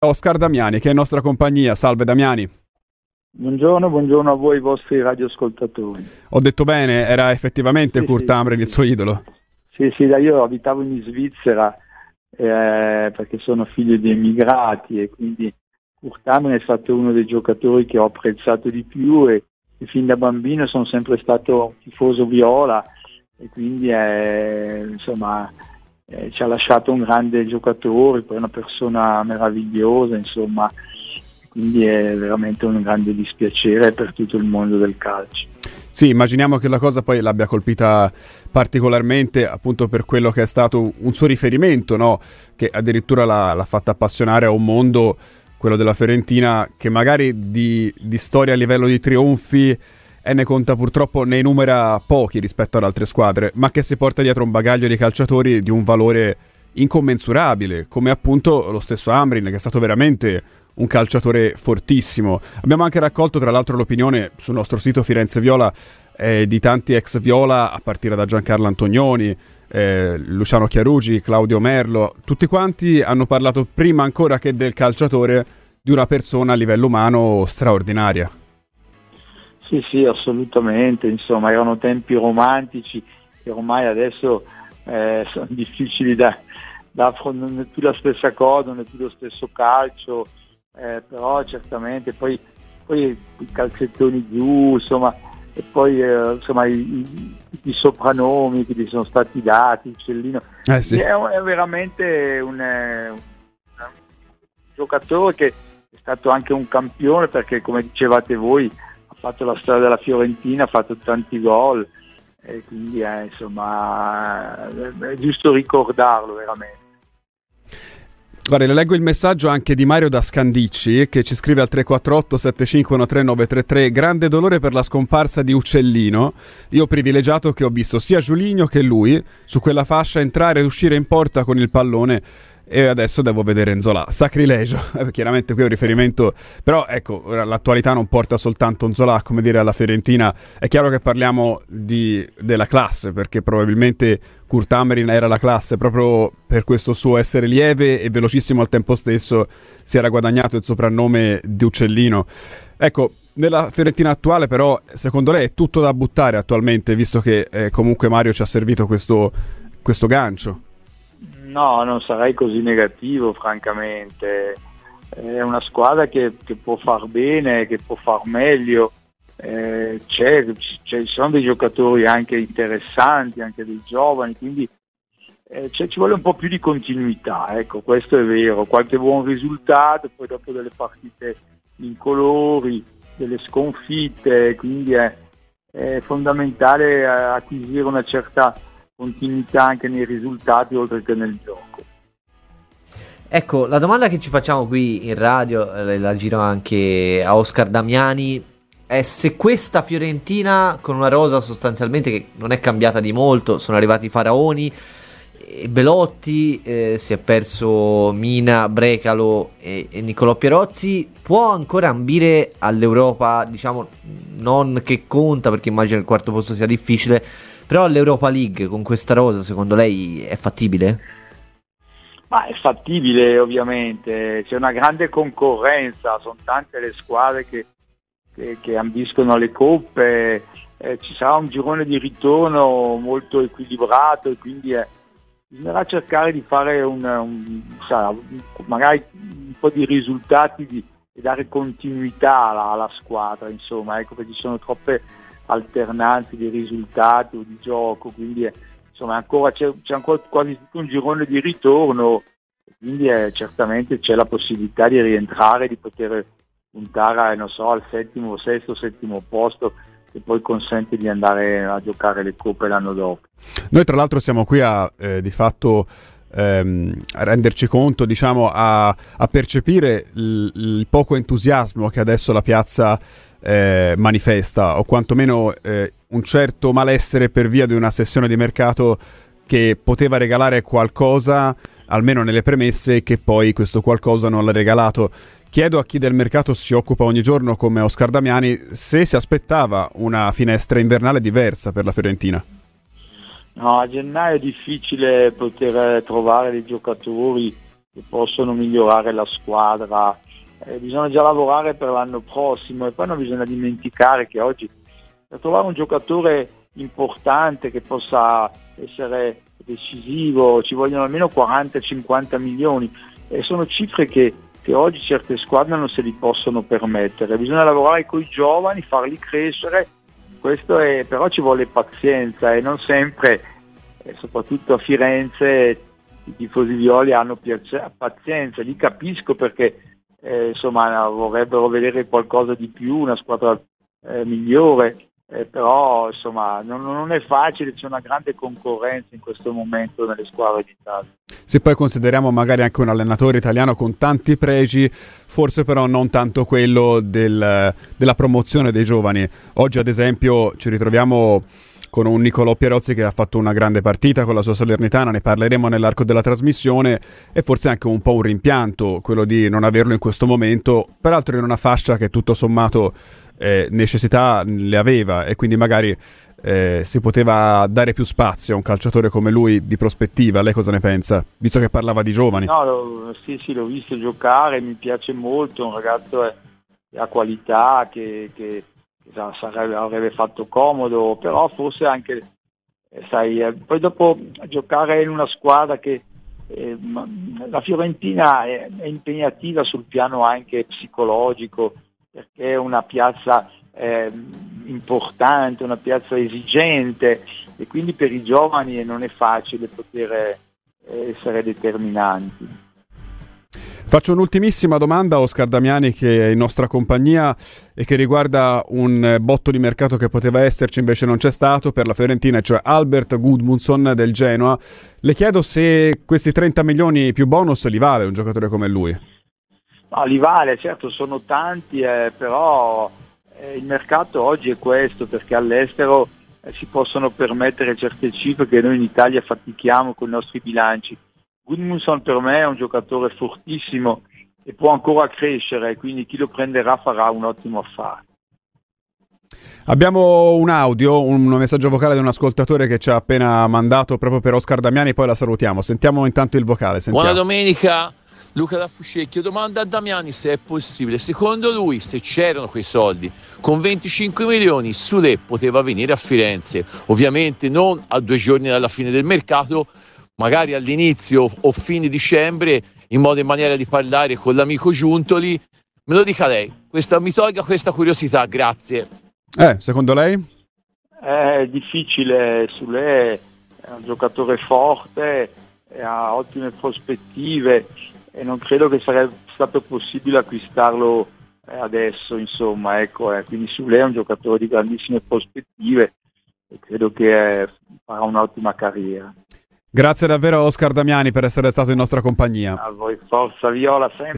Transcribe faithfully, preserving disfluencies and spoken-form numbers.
Oscar Damiani, che è in nostra compagnia. Salve Damiani. Buongiorno, buongiorno a voi vostri radioascoltatori. Ho detto bene, era effettivamente sì, Kurt sì, Hamrin sì, il suo idolo? Sì, sì, da io abitavo in Svizzera eh, perché sono figlio di emigrati e quindi Kurt Hamrin è stato uno dei giocatori che ho apprezzato di più e, e fin da bambino sono sempre stato tifoso viola e quindi eh, insomma eh, ci ha lasciato un grande giocatore, poi una persona meravigliosa, insomma. Quindi è veramente un grande dispiacere per tutto il mondo del calcio. Sì, immaginiamo che la cosa poi l'abbia colpita particolarmente appunto per quello che è stato un suo riferimento, no? Che addirittura l'ha, l'ha fatta appassionare a un mondo, quello della Fiorentina, che magari di, di storia a livello di trionfi e ne conta purtroppo, ne numera pochi rispetto ad altre squadre, ma che si porta dietro un bagaglio di calciatori di un valore incommensurabile, come appunto lo stesso Hamrin, che è stato veramente un calciatore fortissimo. Abbiamo anche raccolto tra l'altro l'opinione sul nostro sito Firenze Viola eh, di tanti ex Viola, a partire da Giancarlo Antonioni, eh, Luciano Chiarugi, Claudio Merlo. Tutti quanti hanno parlato, prima ancora che del calciatore, di una persona a livello umano straordinaria. Sì, sì, assolutamente. Insomma, erano tempi romantici che ormai adesso eh, sono difficili da, da non è più la stessa cosa, non è più lo stesso calcio. Eh, però certamente poi, poi i calzettoni giù, insomma, e poi eh, insomma i, i, i soprannomi che gli sono stati dati, il Cellino, eh sì. è, è veramente un, un, un giocatore che è stato anche un campione, perché come dicevate voi ha fatto la storia della Fiorentina, ha fatto tanti gol e quindi eh, insomma è giusto ricordarlo veramente. Guarda, le leggo il messaggio anche di Mario da Scandicci, che ci scrive al tre quattro otto sette cinque uno tre nove tre tre. Grande dolore per la scomparsa di Uccellino. Io privilegiato che ho visto sia Giuligno che lui su quella fascia entrare ed uscire in porta con il pallone, e adesso devo vedere Nzola. Sacrilegio. Chiaramente qui è un riferimento, però ecco, l'attualità non porta soltanto Nzola, come dire, alla Fiorentina. È chiaro che parliamo di, della classe, perché probabilmente Kurt Hamrin era la classe proprio per questo suo essere lieve e velocissimo al tempo stesso. Si era guadagnato il soprannome di Uccellino. Ecco, nella Fiorentina attuale però, secondo lei è tutto da buttare attualmente, visto che eh, comunque Mario ci ha servito questo, questo gancio? No, non sarei così negativo, francamente. È una squadra che, che può far bene, che può far meglio. Eh, c'è, c'è, ci sono dei giocatori anche interessanti, anche dei giovani, quindi eh, c'è, ci vuole un po' più di continuità, ecco, questo è vero. Qualche buon risultato, poi dopo delle partite incolori, delle sconfitte, quindi è, è fondamentale acquisire una certa continuità anche nei risultati oltre che nel gioco. Ecco, la domanda che ci facciamo qui in radio, eh, la giro anche a Oscar Damiani, è se questa Fiorentina, con una rosa sostanzialmente che non è cambiata di molto, sono arrivati i faraoni, e Belotti, eh, si è perso Mina, Brecalo e, e Niccolò Pierozzi, può ancora ambire all'Europa, diciamo, non che conta perché immagino che il quarto posto sia difficile, però l'Europa League con questa rosa secondo lei è fattibile? Ma è fattibile, ovviamente, c'è una grande concorrenza, sono tante le squadre che, che, che ambiscono alle coppe, eh, ci sarà un girone di ritorno molto equilibrato e quindi eh, bisognerà cercare di fare un, un, sarà, magari un po' di risultati di, e dare continuità alla, alla squadra, insomma, ecco, perché ci sono troppe alternanze di risultati o di gioco, quindi eh, insomma ancora c'è, c'è ancora quasi tutto un girone di ritorno, quindi eh, certamente c'è la possibilità di rientrare, di poter puntare non so, al settimo, sesto, settimo posto, che poi consente di andare a giocare le coppe l'anno dopo. Noi tra l'altro siamo qui a eh, di fatto ehm, a renderci conto, diciamo a, a percepire il, il poco entusiasmo che adesso la piazza eh, manifesta, o quantomeno eh, un certo malessere per via di una sessione di mercato che poteva regalare qualcosa, almeno nelle premesse, che poi questo qualcosa non l'ha regalato. Chiedo a chi del mercato si occupa ogni giorno come Oscar Damiani se si aspettava una finestra invernale diversa per la Fiorentina. No, a gennaio è difficile poter trovare dei giocatori che possono migliorare la squadra. Eh, bisogna già lavorare per l'anno prossimo e poi non bisogna dimenticare che oggi per trovare un giocatore importante che possa essere decisivo ci vogliono almeno quaranta cinquanta milioni e sono cifre che, che oggi certe squadre non se li possono permettere. Bisogna lavorare con i giovani, farli crescere, questo è, però ci vuole pazienza e non sempre, eh, soprattutto a Firenze, i tifosi violi hanno piace- pazienza, li capisco perché eh, insomma vorrebbero vedere qualcosa di più, una squadra eh, migliore. Eh, però insomma non, non è facile, c'è una grande concorrenza in questo momento nelle squadre d'Italia. Se poi consideriamo magari anche un allenatore italiano con tanti pregi, forse però non tanto quello del, della promozione dei giovani. Oggi ad esempio ci ritroviamo con un Nicolò Pierozzi che ha fatto una grande partita con la sua Salernitana, ne parleremo nell'arco della trasmissione, e forse anche un po' un rimpianto quello di non averlo in questo momento, peraltro in una fascia che tutto sommato eh, necessità le aveva e quindi magari eh, si poteva dare più spazio a un calciatore come lui di prospettiva. Lei cosa ne pensa? Visto che parlava di giovani. No, lo, sì, sì, l'ho visto giocare, mi piace molto, un ragazzo che ha qualità, che, che sarebbe, avrebbe fatto comodo, però forse anche eh, sai, eh, poi dopo giocare in una squadra che eh, la Fiorentina è, è impegnativa sul piano anche psicologico, perché è una piazza eh, importante, una piazza esigente e quindi per i giovani non è facile poter eh, essere determinanti. Faccio un'ultimissima domanda a Oscar Damiani, che è in nostra compagnia e che riguarda un botto di mercato che poteva esserci, invece non c'è stato, per la Fiorentina, cioè Albert Gudmundsson del Genoa. Le chiedo se questi trenta milioni più bonus li vale un giocatore come lui. No, li vale, certo sono tanti, eh, però eh, il mercato oggi è questo, perché all'estero eh, si possono permettere certe cifre che noi in Italia fatichiamo con i nostri bilanci. Gudmundsson per me è un giocatore fortissimo e può ancora crescere, quindi chi lo prenderà farà un ottimo affare. Abbiamo un audio, un messaggio vocale di un ascoltatore che ci ha appena mandato proprio per Oscar Damiani, poi la salutiamo. Sentiamo intanto il vocale. Sentiamo. Buona domenica, Luca da Fuscecchio. Domanda a Damiani se è possibile. Secondo lui, se c'erano quei soldi, con venticinque milioni Sule poteva venire a Firenze, ovviamente non a due giorni dalla fine del mercato, magari all'inizio o fine dicembre, in modo e maniera di parlare con l'amico Giuntoli. Me lo dica lei, questa, mi tolga questa curiosità, grazie. Eh, secondo lei? È difficile, Sule è un giocatore forte, ha ottime prospettive e non credo che sarebbe stato possibile acquistarlo adesso, insomma, ecco, eh. Quindi Sule è un giocatore di grandissime prospettive e credo che eh, farà un'ottima carriera. Grazie davvero a Oscar Damiani per essere stato in nostra compagnia. A voi, forza Viola sempre.